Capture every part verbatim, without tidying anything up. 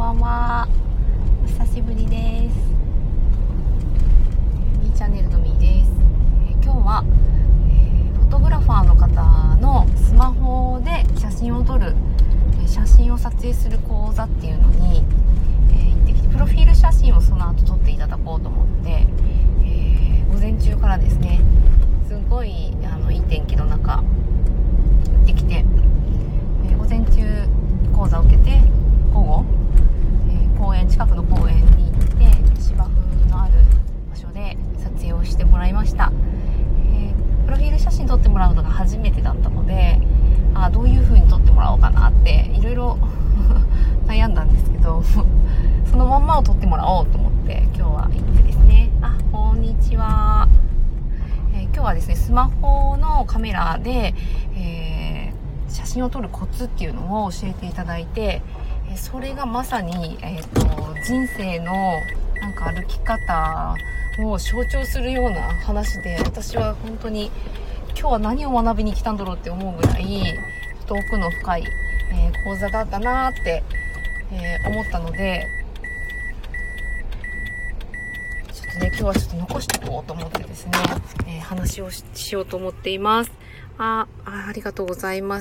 ばんは。お久しぶりです。みーチャンネルのみーです。えー、今日は、えー、フォトグラファーの方のスマホで写真を撮る、えー、写真を撮影する講座っていうのに、えー、行ってきて、プロフィール写真をその後撮っていただこうと思って、えー、午前中からですね、すごいあのいい天気の中行ってきて、えー、午前中講座を受けて、午後、えー、公園近くの公園に行って芝生のある場所で撮影をしてもらいました。えー、プロフィール写真撮ってもらうのが初めてだったので、あどういう風に撮ってもらおうかなっていろいろ悩んだんですけどそのまんまを撮ってもらおうと思って今日は行ってですね、あこんにちは、えー、今日はですねスマホのカメラで、えー、写真を撮るコツっていうのを教えていただいて、それがまさに、えーと、人生のなんか歩き方を象徴するような話で、私は本当に今日は何を学びに来たんだろうって思うぐらい遠くの深い、えー、講座だったなーって、えー、思ったので、ちょっとね今日はちょっと残しておこうと思ってですね、えー、話を し, しようと思っています。ああ、ありがとうございます。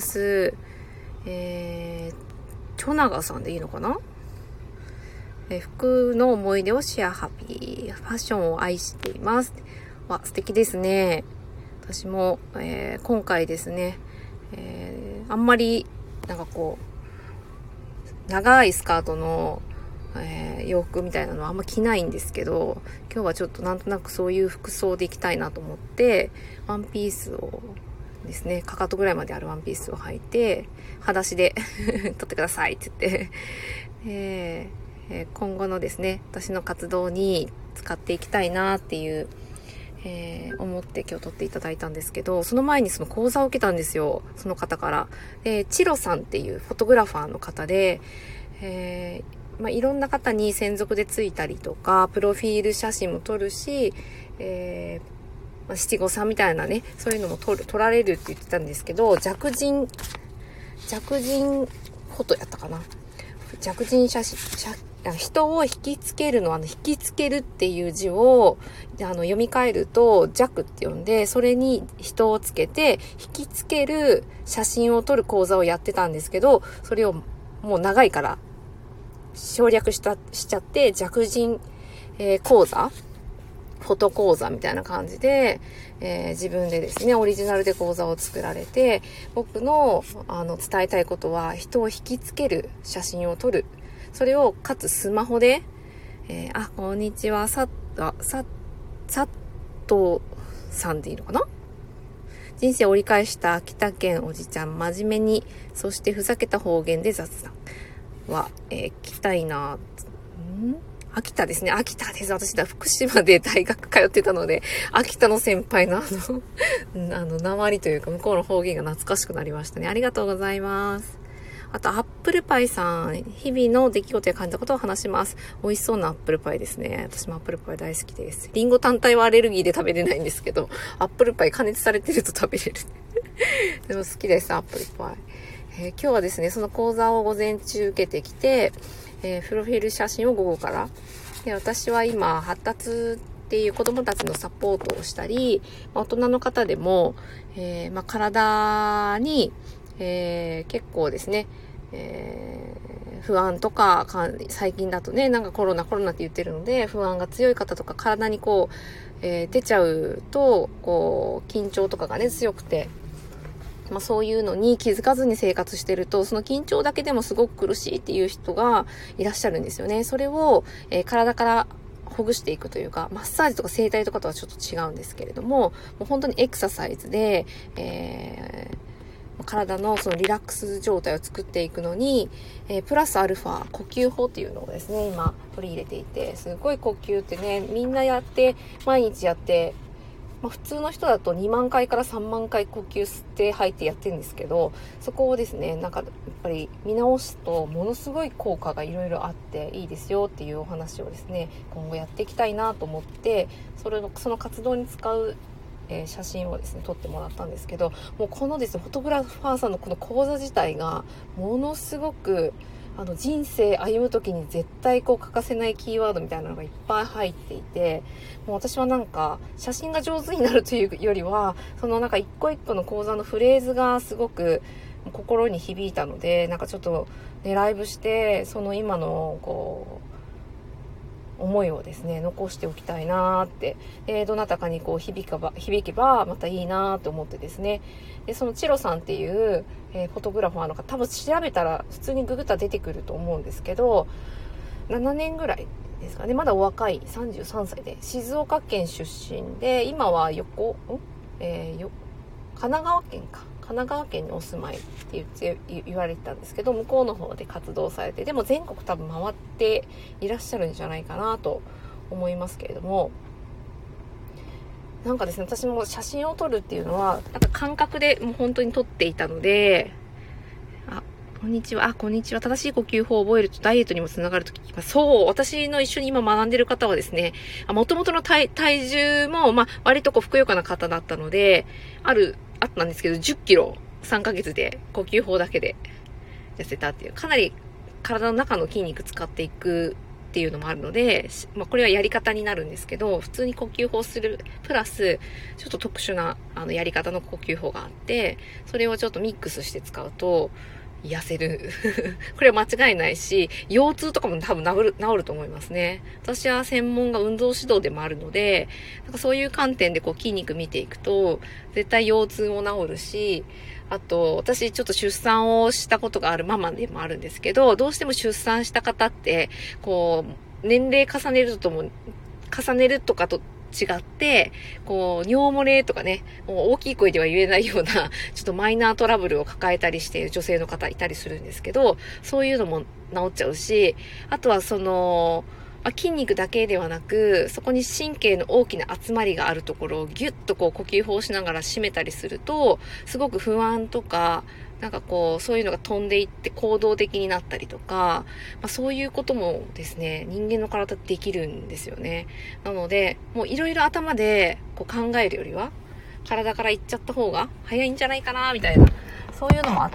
えーチョナガさんでいいのかな。え服の思い出をシェアハピー、ファッションを愛しています。わ、素敵ですね。私も、えー、今回ですね、えー、あんまりなんかこう長いスカートの、えー、洋服みたいなのはあんま着ないんですけど、今日はちょっとなんとなくそういう服装で行きたいなと思ってワンピースをですね、かかとぐらいまであるワンピースを履いて裸足で撮ってくださいって言って、えー、今後のですね私の活動に使っていきたいなっていう、えー、思って今日撮っていただいたんですけど、その前にその講座を受けたんですよ、その方から。でチロさんっていうフォトグラファーの方で、えーまあ、いろんな方に専属でついたりとかプロフィール写真も撮るし、えー七五三みたいなね、そういうのも撮る、撮られるって言ってたんですけど、弱人、弱人フォトやったかな。弱人写真、写人を引きつけるの、あの、引きつけるっていう字を、あの、読み替えると弱って呼んで、それに人をつけて、引きつける写真を撮る講座をやってたんですけど、それをもう長いから省略した、しちゃって、弱人、えー、講座フォト講座みたいな感じで、えー、自分でですねオリジナルで講座を作られて、僕のあの伝えたいことは人を引きつける写真を撮る、それをかつスマホで、えー、あこんにちはさあささっとさんでいいのかな。人生を折り返した秋田県おじちゃん、真面目にそしてふざけた方言で雑談は、えー、聞きたいな。ん秋田ですね。秋田です。私だ、福島で大学通ってたので、秋田の先輩のあの、あの、訛りというか、向こうの方言が懐かしくなりましたね。ありがとうございます。あと、アップルパイさん、日々の出来事や感じたことを話します。美味しそうなアップルパイですね。私もアップルパイ大好きです。リンゴ単体はアレルギーで食べれないんですけど、アップルパイ加熱されてると食べれる。でも好きです、アップルパイ。えー、今日はですね、その講座を午前中受けてきて、えー、プロフィール写真を午後から。で、私は今、発達っていう子供たちのサポートをしたり、大人の方でも、えーまあ、体に、えー、結構ですね、えー、不安とか、か最近だとね、なんかコロナコロナって言ってるので、不安が強い方とか体にこう、えー、出ちゃうと、こう、緊張とかがね、強くて、まあそういうのに気づかずに生活してると、その緊張だけでもすごく苦しいっていう人がいらっしゃるんですよね。それを、えー、体からほぐしていくというか、マッサージとか整体とかとはちょっと違うんですけれども、もう本当にエクササイズで、えー、体のそのリラックス状態を作っていくのに、えー、プラスアルファ呼吸法っていうのをですね、今取り入れていて、すごい呼吸ってね、みんなやって、毎日やって、まあ、普通の人だとにまんかいからさんまんかい呼吸吸って吐いてやってるんですけど、そこをですねなんかやっぱり見直すとものすごい効果がいろいろあっていいですよっていうお話をですね今後やっていきたいなと思って、それのその活動に使う、えー、写真をですね撮ってもらったんですけど、もうこのですねフォトグラファーさんのこの講座自体がものすごくあの人生歩む時に絶対こう欠かせないキーワードみたいなのがいっぱい入っていて、もう私はなんか写真が上手になるというよりは、そのなんか一個一個の講座のフレーズがすごく心に響いたので、なんかちょっとねライブしてその今のこう思いをですね残しておきたいなーって、でどなたかにこう響かば響けばまたいいなーって思ってですね、でそのチロさんっていう、えー、フォトグラファーの方、多分調べたら普通にググったら出てくると思うんですけど、ななねんぐらいですかね、まだお若いさんじゅうさんさいで静岡県出身で、今は横ん、えー、よ神奈川県か神奈川県にお住まいって言って言われてたんですけど、向こうの方で活動されて、でも全国多分回っていらっしゃるんじゃないかなと思いますけれども、なんかですね、私も写真を撮るっていうのはなんか感覚でもう本当に撮っていたので、あ、こんにちは、あ、こんにちは、正しい呼吸法を覚えるとダイエットにもつながると聞きます。そう、私の一緒に今学んでる方はですね、もともとの体、体重も、まあ、割とこう、ふくよかな方だったので、ある、あったんですけど、じゅっキロさんかげつで呼吸法だけで痩せたっていう、かなり体の中の筋肉使っていくっていうのもあるので、まあ、これはやり方になるんですけど、普通に呼吸法するプラスちょっと特殊なあのやり方の呼吸法があって、それをちょっとミックスして使うと痩せるこれは間違いないし、腰痛とかも多分治る、治ると思いますね。私は専門が運動指導でもあるので、なんかそういう観点でこう筋肉見ていくと絶対腰痛も治るし、あと私ちょっと出産をしたことがあるママでもあるんですけど、どうしても出産した方ってこう年齢重ねるとも重ねるとかと違って、こう、尿漏れとかね、もう大きい声では言えないような、ちょっとマイナートラブルを抱えたりしている女性の方いたりするんですけど、そういうのも治っちゃうし、あとはその、筋肉だけではなく、そこに神経の大きな集まりがあるところをギュッとこう呼吸法しながら締めたりすると、すごく不安とか、なんかこう、そういうのが飛んでいって行動的になったりとか、まあ、そういうこともですね、人間の体ってできるんですよね。なので、もういろいろ頭でこう考えるよりは、体からいっちゃった方が早いんじゃないかな、みたいな、そういうのもあって、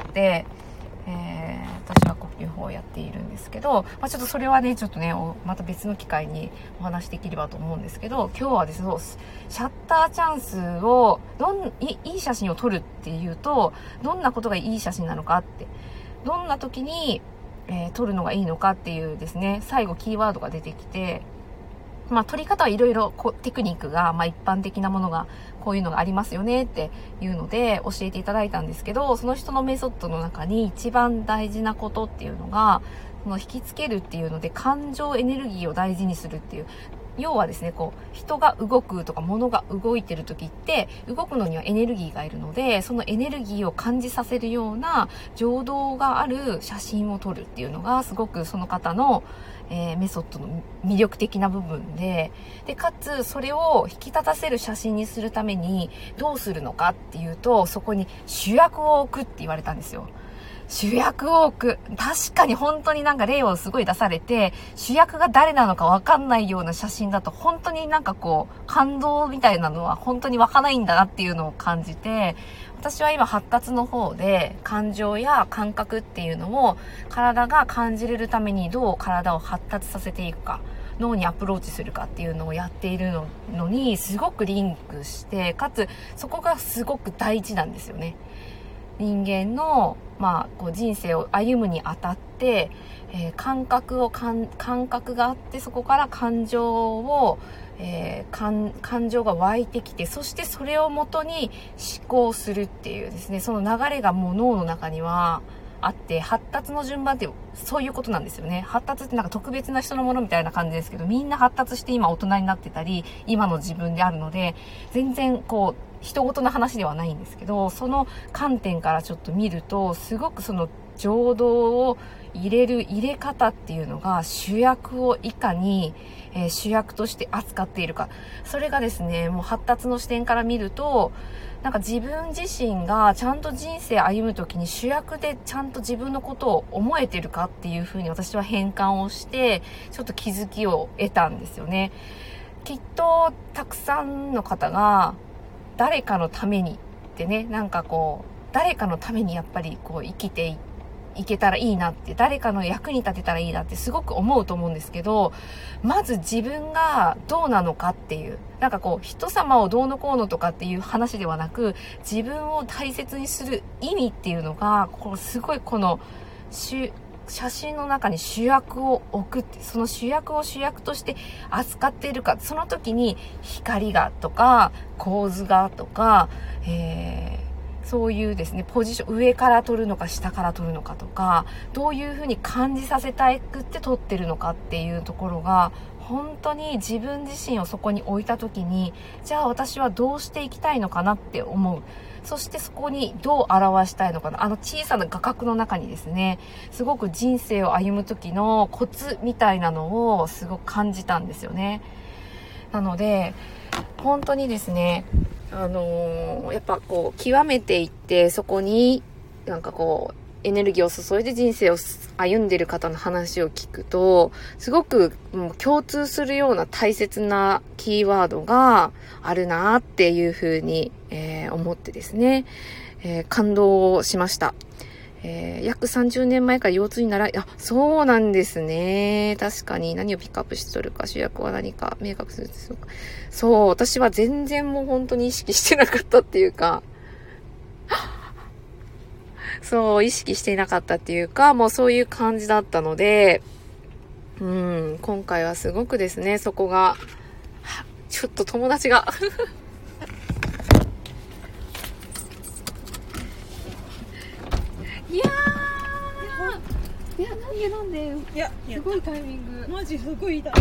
えー、私は呼吸法をやっているんですけど、まあ、ちょっとそれはね、ちょっとね、また別の機会にお話できればと思うんですけど、今日はですね、シャッターチャンスをどんいいい写真を撮るっていうと、どんなことがいい写真なのかって、どんな時に、えー、撮るのがいいのかっていうですね、最後キーワードが出てきて、まあ撮り方はいろいろテクニックが、まあ一般的なものがこういうのがありますよねっていうので教えていただいたんですけど、その人のメソッドの中に一番大事なことっていうのが、その引きつけるっていうので感情エネルギーを大事にするっていう。要はですね、こう、人が動くとか物が動いてる時って、動くのにはエネルギーがいるので、そのエネルギーを感じさせるような情動がある写真を撮るっていうのが、すごくその方の、えー、メソッドの魅力的な部分で、で、かつ、それを引き立たせる写真にするために、どうするのかっていうと、そこに主役を置くって言われたんですよ。主役を置く。確かに本当になんか例をすごい出されて、主役が誰なのかわかんないような写真だと、本当になんかこう、感動みたいなのは本当に湧かないんだなっていうのを感じて、私は今発達の方で感情や感覚っていうのを体が感じれるためにどう体を発達させていくか、脳にアプローチするかっていうのをやっているののにすごくリンクして、かつそこがすごく大事なんですよね。人間の、まあ、こう人生を歩むにあたって、えー、感覚を感覚があって、そこから感情を、えー、感感情が湧いてきて、そしてそれをもとに思考するっていうですね、その流れがもう脳の中にはあって、発達の順番ってそういうことなんですよね。発達ってなんか特別な人のものみたいな感じですけど、みんな発達して今大人になってたり、今の自分であるので、全然こう人事の話ではないんですけど、その観点からちょっと見ると、すごくその情動を入れる入れ方っていうのが、主役をいかに、えー、主役として扱っているか、それがですね、もう発達の視点から見ると、なんか自分自身がちゃんと人生歩むときに主役でちゃんと自分のことを思えてるかっていうふうに私は変換をして、ちょっと気づきを得たんですよね。きっとたくさんの方が誰かのためにってね、なんかこう誰かのためにやっぱりこう生きていいけたらいいなって、誰かの役に立てたらいいなってすごく思うと思うんですけど、まず自分がどうなのかっていう、なんかこう人様をどうのこうのとかっていう話ではなく、自分を大切にする意味っていうのが、こうすごいこの写真の中に主役を置くって、その主役を主役として扱っているか、その時に光がとか構図がとか、えーそういうですね、ポジション、上から撮るのか下から撮るのかとか、どういう風に感じさせたくって撮ってるのかっていうところが、本当に自分自身をそこに置いた時に、じゃあ私はどうしていきたいのかなって思う。そしてそこにどう表したいのかな。あの小さな画角の中にですね、すごく人生を歩む時のコツみたいなのをすごく感じたんですよね。なので、本当にですね、あのー、やっぱこう極めていって、そこになんかこうエネルギーを注いで人生を歩んでいる方の話を聞くと、すごくもう共通するような大切なキーワードがあるなっていうふうに、えー、思ってですね、えー、感動しました。えー、約さんじゅうねんまえから腰痛になら、あ、そうなんですね。確かに何をピックアップしてとるか、主役は何か明確するですか。そう、私は全然もう本当に意識してなかったっていうか、そう、意識していなかったっていうか、もうそういう感じだったので、うん、今回はすごくですね、そこが、ちょっと友達が、いやー、いや、なんでなんで、 いや、 すごいタイミング。 マジすごいだ。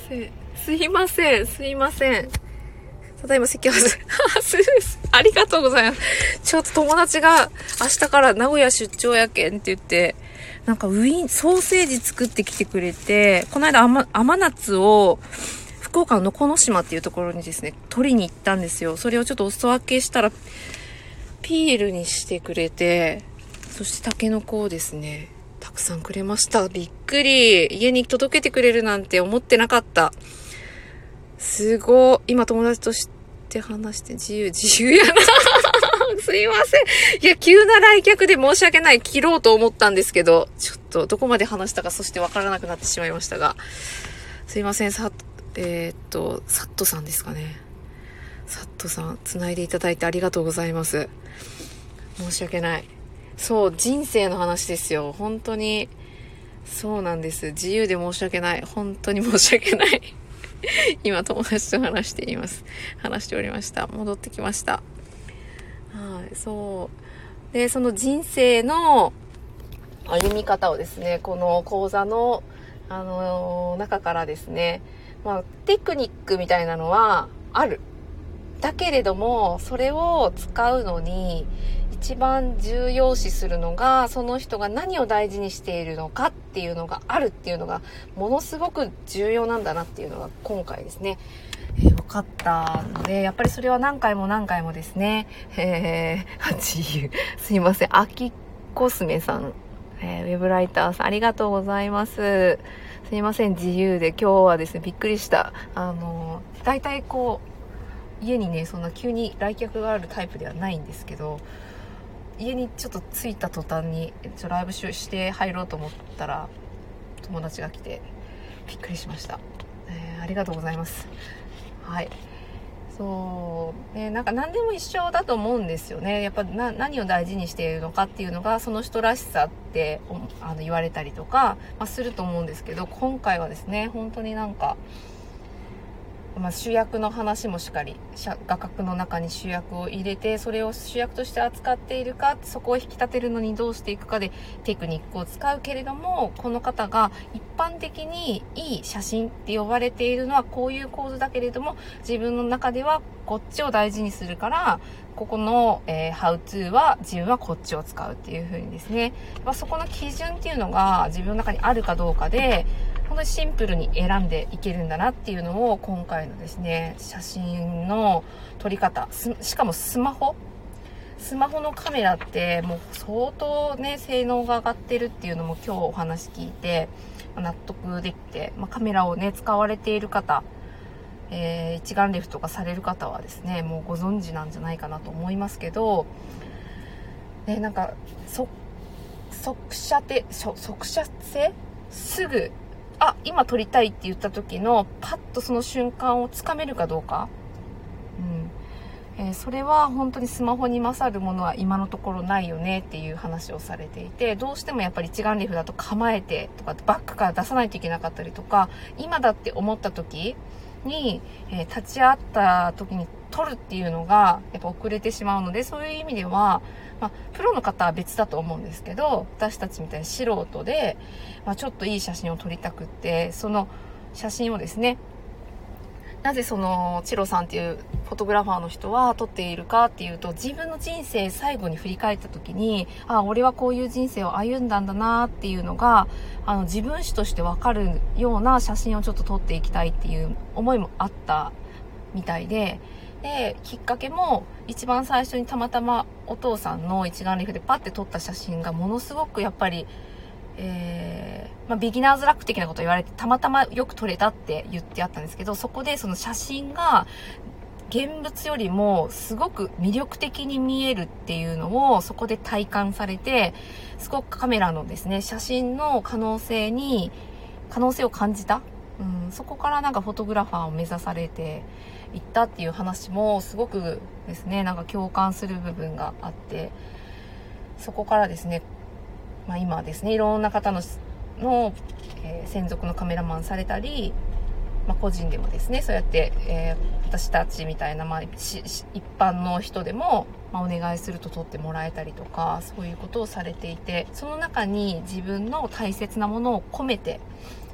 せん。すいません。すいません。ただいま席を外す。ありがとうございます。ちょっと友達が明日から名古屋出張やけんって言って、なんかウィン、ソーセージ作ってきてくれて、この間甘、甘夏を福岡ののこの島っていうところにですね、取りに行ったんですよ。それをちょっとお裾分けしたら、ピールにしてくれて、そしてタケノコをですね、たくさんくれました。びっくり。家に届けてくれるなんて思ってなかった。すごい。今友達として話して自由、自由やな。すいません。いや、急な来客で申し訳ない。切ろうと思ったんですけど、ちょっとどこまで話したか、そしてわからなくなってしまいましたが。すいません。さ、えー、っと、サットさんですかね。サットさん、繋いでいただいてありがとうございます。申し訳ない。そう、人生の話ですよ。本当に、そうなんです。自由で申し訳ない。本当に申し訳ない。今、友達と話しています。話しておりました。戻ってきました。はい、そう。で、その人生の歩み方をですね、この講座の、あのー、中からですね、まあ、テクニックみたいなのはある。だけれども、それを使うのに、一番重要視するのが、その人が何を大事にしているのかっていうのがあるっていうのが、ものすごく重要なんだなっていうのが今回ですね、えー、分かったので、やっぱりそれは何回も何回もですね、えー、自由。すいません。あきコスメさん、えー、ウェブライターさん、ありがとうございます。すいません。自由で今日はですね、びっくりした。あの、大体こう、家にね、そんな急に来客があるタイプではないんですけど、家にちょっと着いた途端にちょライブして入ろうと思ったら友達が来てびっくりしました、えー、ありがとうございます。はい、そう、ね、なんか何でも一緒だと思うんですよね。やっぱな何を大事にしているのかっていうのがその人らしさってあの言われたりとか、まあ、すると思うんですけど、今回はですね、本当になんかまあ、主役の話もしっかり画角の中に主役を入れて、それを主役として扱っているか、そこを引き立てるのにどうしていくかでテクニックを使うけれども、この方が一般的にいい写真って呼ばれているのはこういう構図だけれども、自分の中ではこっちを大事にするから、ここの、えー、ハウトゥーは自分はこっちを使うっていう風にですね、まあ、そこの基準っていうのが自分の中にあるかどうかで、本当にシンプルに選んでいけるんだなっていうのを今回のですね、写真の撮り方、しかもスマホスマホのカメラってもう相当ね性能が上がってるっていうのも今日お話聞いて納得できて、まあ、カメラをね使われている方、えー、一眼レフとかされる方はですねもうご存知なんじゃないかなと思いますけど、ね、なんかそ速射て速射性すぐあ、今撮りたいって言った時のパッとその瞬間をつかめるかどうか、うんえー、それは本当にスマホに勝るものは今のところないよねっていう話をされていて、どうしてもやっぱり一眼レフだと構えてとかバックから出さないといけなかったりとか、今だって思った時に、えー、立ち会った時に撮るっていうのがやっぱ遅れてしまうので、そういう意味ではまあ、プロの方は別だと思うんですけど、私たちみたいに素人で、まあ、ちょっといい写真を撮りたくって、その写真をですね、なぜそのチロさんっていうフォトグラファーの人は撮っているかっていうと、自分の人生最後に振り返った時に、あ、俺はこういう人生を歩んだんだなっていうのがあの自分史として分かるような写真をちょっと撮っていきたいっていう思いもあったみたいで、できっかけも一番最初にたまたまお父さんの一眼レフでパッて撮った写真がものすごくやっぱり、えーまあ、ビギナーズラック的なこと言われて、たまたまよく撮れたって言ってあったんですけど、そこでその写真が現物よりもすごく魅力的に見えるっていうのをそこで体感されて、すごくカメラのですね写真の可能性に可能性を感じた、うん、そこからなんかフォトグラファーを目指されていったっていう話もすごくですねなんか共感する部分があって、そこからですね、まあ、今ですねいろんな方のの、えー、専属のカメラマンされたり、まあ、個人でもですねそうやって、えー、私たちみたいな、まあ、し一般の人でも、まあ、お願いすると撮ってもらえたりとか、そういうことをされていて、その中に自分の大切なものを込めて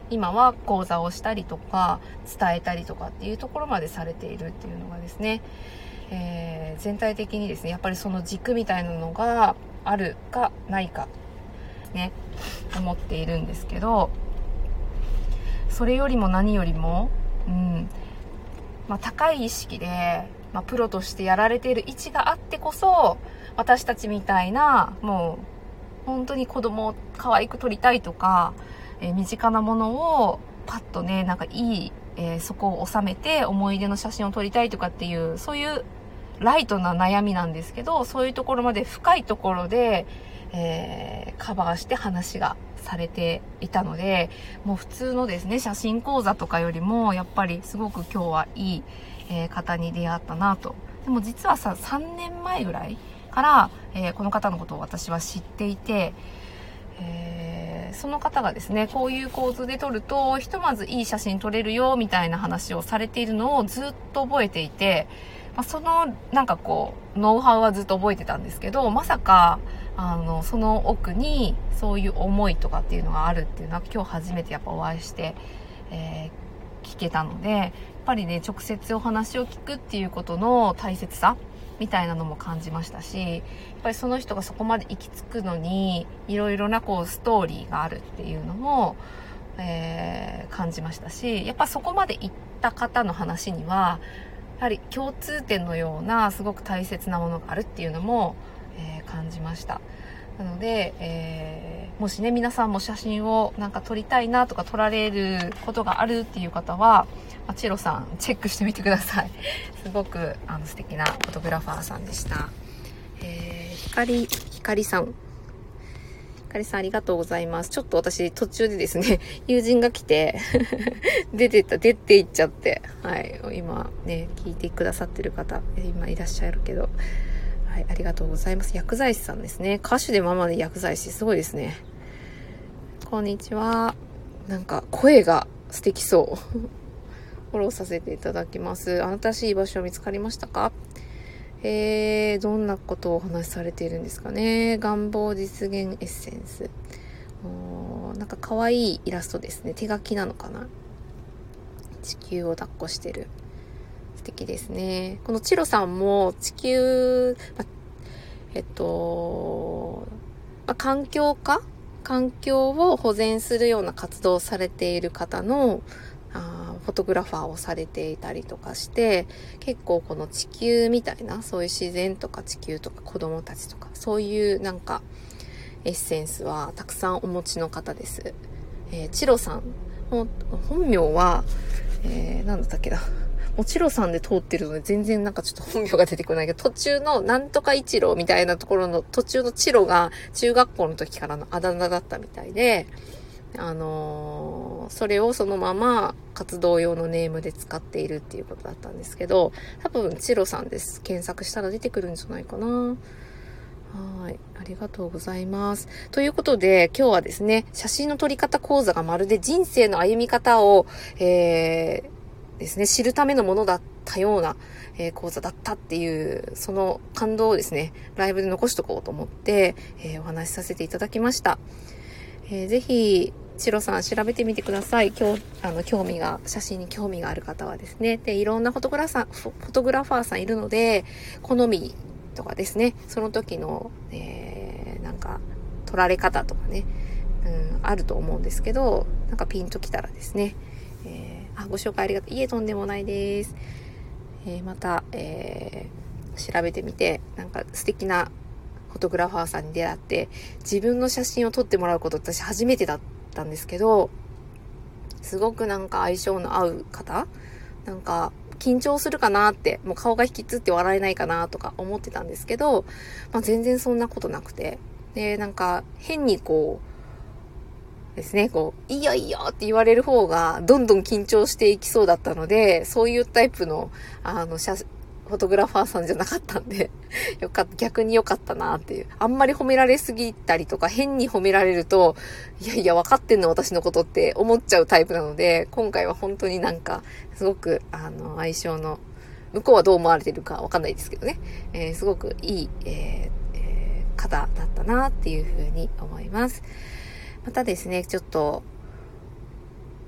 今は講座をしたりとか伝えたりとかっていうところまでされているっていうのがですね、えー、全体的にですねやっぱりその軸みたいなのがあるかないかね思っているんですけど、それよりも何よりも、うんまあ、高い意識で、まあ、プロとしてやられている位置があってこそ、私たちみたいなもう本当に子供を可愛く撮りたいとか、えー、身近なものをパッとねなんかいい、えー、そこを収めて思い出の写真を撮りたいとかっていうそういうライトな悩みなんですけど、そういうところまで深いところで、えー、カバーして話がされていたので、もう普通のですね写真講座とかよりもやっぱりすごく今日はいい、えー、方に出会ったなと。でも実はささんねんまえぐらいから、えー、この方のことを私は知っていて、えー、その方がですねこういう構図で撮るとひとまずいい写真撮れるよみたいな話をされているのをずっと覚えていて、まあ、そのなんかこうノウハウはずっと覚えてたんですけど、まさかあのその奥にそういう思いとかっていうのがあるっていうのは今日初めてやっぱお会いして、えー、聞けたので、やっぱりね直接お話を聞くっていうことの大切さみたいなのも感じましたし、やっぱりその人がそこまで行き着くのにいろいろなこうストーリーがあるっていうのも、えー、感じましたし、やっぱそこまで行った方の話にはやはり共通点のようなすごく大切なものがあるっていうのも、えー、感じました。なので、えー、もしね皆さんも写真をなんか撮りたいなとか撮られることがあるっていう方はチロさんチェックしてみてください。すごくあの素敵なフォトグラファーさんでした。えー、ひかりひかりさんひかりさんありがとうございます。ちょっと私途中でですね友人が来て出てった出て行っちゃって、はい今ね聞いてくださってる方今いらっしゃるけど、はい、ありがとうございます。薬剤師さんですね。歌手でママで薬剤師、すごいですね。こんにちは。なんか声が素敵そう。フォローさせていただきます。あなたしい場所見つかりましたか？えー、どんなことをお話しされているんですかね。願望実現エッセンス。おー、なんか可愛いイラストですね。手書きなのかな。地球を抱っこしてる。素敵ですね。このチロさんも地球、ま、えっと、ま、環境か環境を保全するような活動をされている方のあフォトグラファーをされていたりとかして、結構この地球みたいなそういう自然とか地球とか子供たちとかそういうなんかエッセンスはたくさんお持ちの方です。えー、チロさん本名は、えー、なんだったっけなもちろさんで通ってるので全然なんかちょっと本名が出てこないけど、途中のなんとか一郎みたいなところの途中のチロが中学校の時からのあだ名だったみたいで、あのー、それをそのまま活動用のネームで使っているっていうことだったんですけど、多分チロさんです。検索したら出てくるんじゃないかな。はい、ありがとうございます。ということで今日はですね、写真の撮り方講座がまるで人生の歩み方を、えーですね、知るためのものだったような、えー、講座だったっていうその感動をですねライブで残しとこうと思って、えー、お話しさせていただきました。えー、ぜひチロさん調べてみてください。今日あの興味が写真に興味がある方はですね。でいろんなフォトグラファーフォトグラファーさんいるので、好みとかですね、その時の、えー、なんか撮られ方とかね、うん、あると思うんですけど、なんかピンときたらですね、えーあご紹介ありがとう。いえ、とんでもないです。えー、また、えー、調べてみて、なんか素敵なフォトグラファーさんに出会って、自分の写真を撮ってもらうことって私初めてだったんですけど、すごくなんか相性の合う方、なんか緊張するかなって、もう顔が引きつって笑えないかなとか思ってたんですけど、まあ、全然そんなことなくて、で、なんか変にこう、ですね、こう、いいよいいよって言われる方がどんどん緊張していきそうだったので、そういうタイプの、あの、写、フォトグラファーさんじゃなかったんで、よかった、逆に良かったなっていう。あんまり褒められすぎたりとか、変に褒められると、いやいや、分かってんの私のことって思っちゃうタイプなので、今回は本当になんか、すごく、あの、相性の、向こうはどう思われてるか分かんないですけどね、えー、すごくいい、えーえー、方だったなっていうふうに思います。またですね、ちょっと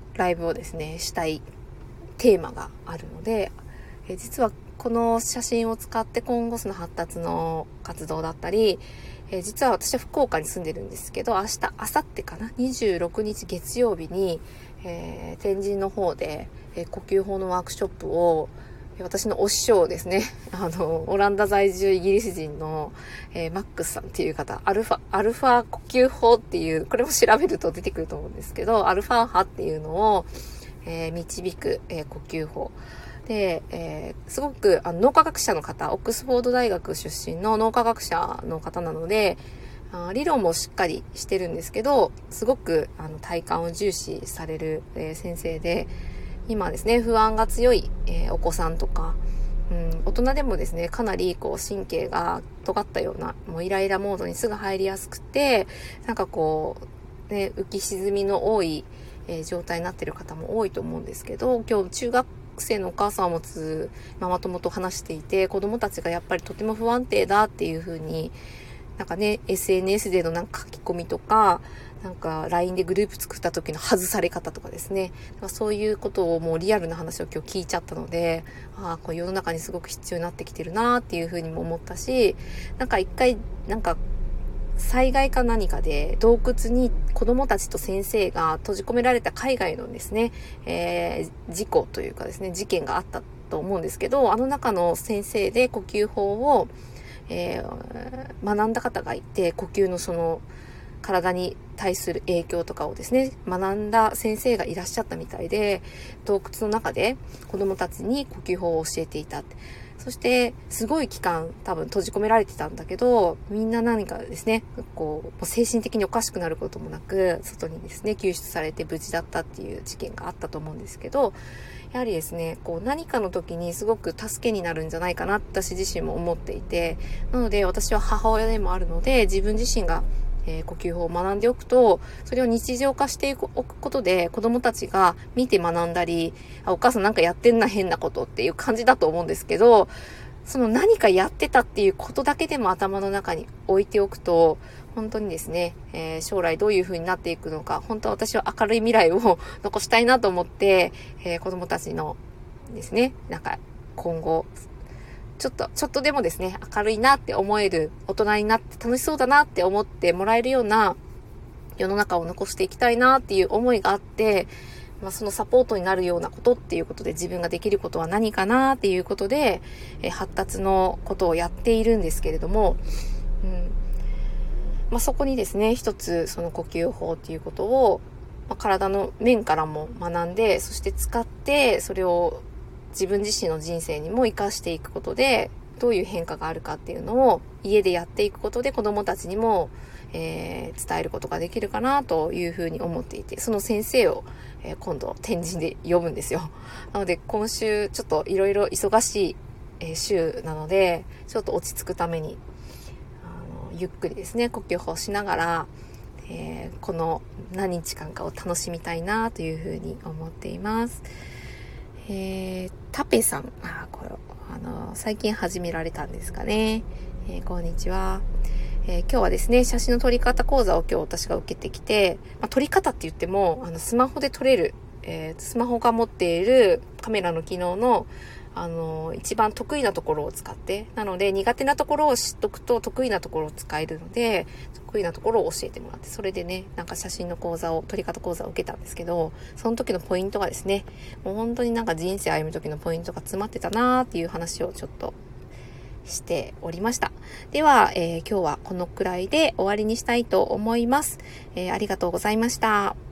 ライブをですね、したいテーマがあるので、え実はこの写真を使って今後その発達の活動だったり、え実は私は福岡に住んでるんですけど、明日、明後日かな、にじゅうろくにち月曜日に、えー、天神の方で、えー、呼吸法のワークショップを、私のお師匠ですね、あの、オランダ在住イギリス人の、えー、マックスさんっていう方、アルファ、アルファ呼吸法っていう、これも調べると出てくると思うんですけど、アルファ波っていうのを、えー、導く、えー、呼吸法。で、えー、すごくあの脳科学者の方、オックスフォード大学出身の脳科学者の方なので、あ理論もしっかりしてるんですけど、すごくあの体感を重視される、えー、先生で、今ですね、不安が強い、えー、お子さんとか、うん、大人でもですね、かなりこう神経が尖ったような、もうイライラモードにすぐ入りやすくて、なんかこう、ね、浮き沈みの多い、えー、状態になっている方も多いと思うんですけど、今日中学生のお母さんを持つママ友と話していて、子供たちがやっぱりとても不安定だっていう風に、なんかね、エスエヌエス でのなんか書き込みとか、なんか ライン でグループ作った時の外され方とかですね、そういうことをもうリアルな話を今日聞いちゃったので、ああ、こう世の中にすごく必要になってきてるなっていう風にも思ったし、なんか一回、なんか災害か何かで洞窟に子供たちと先生が閉じ込められた海外のですね、えー、事故というかですね、事件があったと思うんですけど、あの中の先生で呼吸法を、えー、学んだ方がいて、呼吸のその体に対する影響とかをですね、学んだ先生がいらっしゃったみたいで、洞窟の中で子供たちに呼吸法を教えていたって。そして、すごい期間多分閉じ込められてたんだけど、みんな何かですね、こう、精神的におかしくなることもなく、外にですね、救出されて無事だったっていう事件があったと思うんですけど、やはりですね、こう何かの時にすごく助けになるんじゃないかな、私自身も思っていて、なので私は母親でもあるので、自分自身がえー、呼吸法を学んでおくと、それを日常化しておくことで、子供たちが見て学んだり、あ、お母さんなんかやってんな変なことっていう感じだと思うんですけど、その何かやってたっていうことだけでも頭の中に置いておくと、本当にですね、えー、将来どういう風になっていくのか、本当は私は明るい未来を残したいなと思って、えー、子供たちのですね、なんか今後、ちょっと、ちょっとでもですね、明るいなって思える、大人になって楽しそうだなって思ってもらえるような世の中を残していきたいなっていう思いがあって、まあ、そのサポートになるようなことっていうことで自分ができることは何かなっていうことで、え発達のことをやっているんですけれども、うんまあ、そこにですね、一つその呼吸法っていうことを、まあ、体の面からも学んで、そして使ってそれを自分自身の人生にも活かしていくことで、どういう変化があるかっていうのを家でやっていくことで子供たちにも、えー、伝えることができるかなというふうに思っていて、その先生を、えー、今度天神で呼ぶんですよ。なので今週ちょっといろいろ忙しい、えー、週なので、ちょっと落ち着くためにあのゆっくりですね、呼吸法しながら、えー、この何日間かを楽しみたいなというふうに思っています。えー、タペさん、あ、これ、あの、最近始められたんですかね。えー、こんにちは。えー、今日はですね、写真の撮り方講座を今日私が受けてきて、まあ、撮り方って言っても、あの、スマホで撮れる、えー、スマホが持っているカメラの機能の、あの、一番得意なところを使って、なので苦手なところを知っとくと得意なところを使えるので、得意なところを教えてもらって、それでね、なんか写真の講座を、撮り方講座を受けたんですけど、その時のポイントがですね、もう本当になんか人生歩む時のポイントが詰まってたなーっていう話をちょっとしておりました。では、えー、今日はこのくらいで終わりにしたいと思います。えー、ありがとうございました。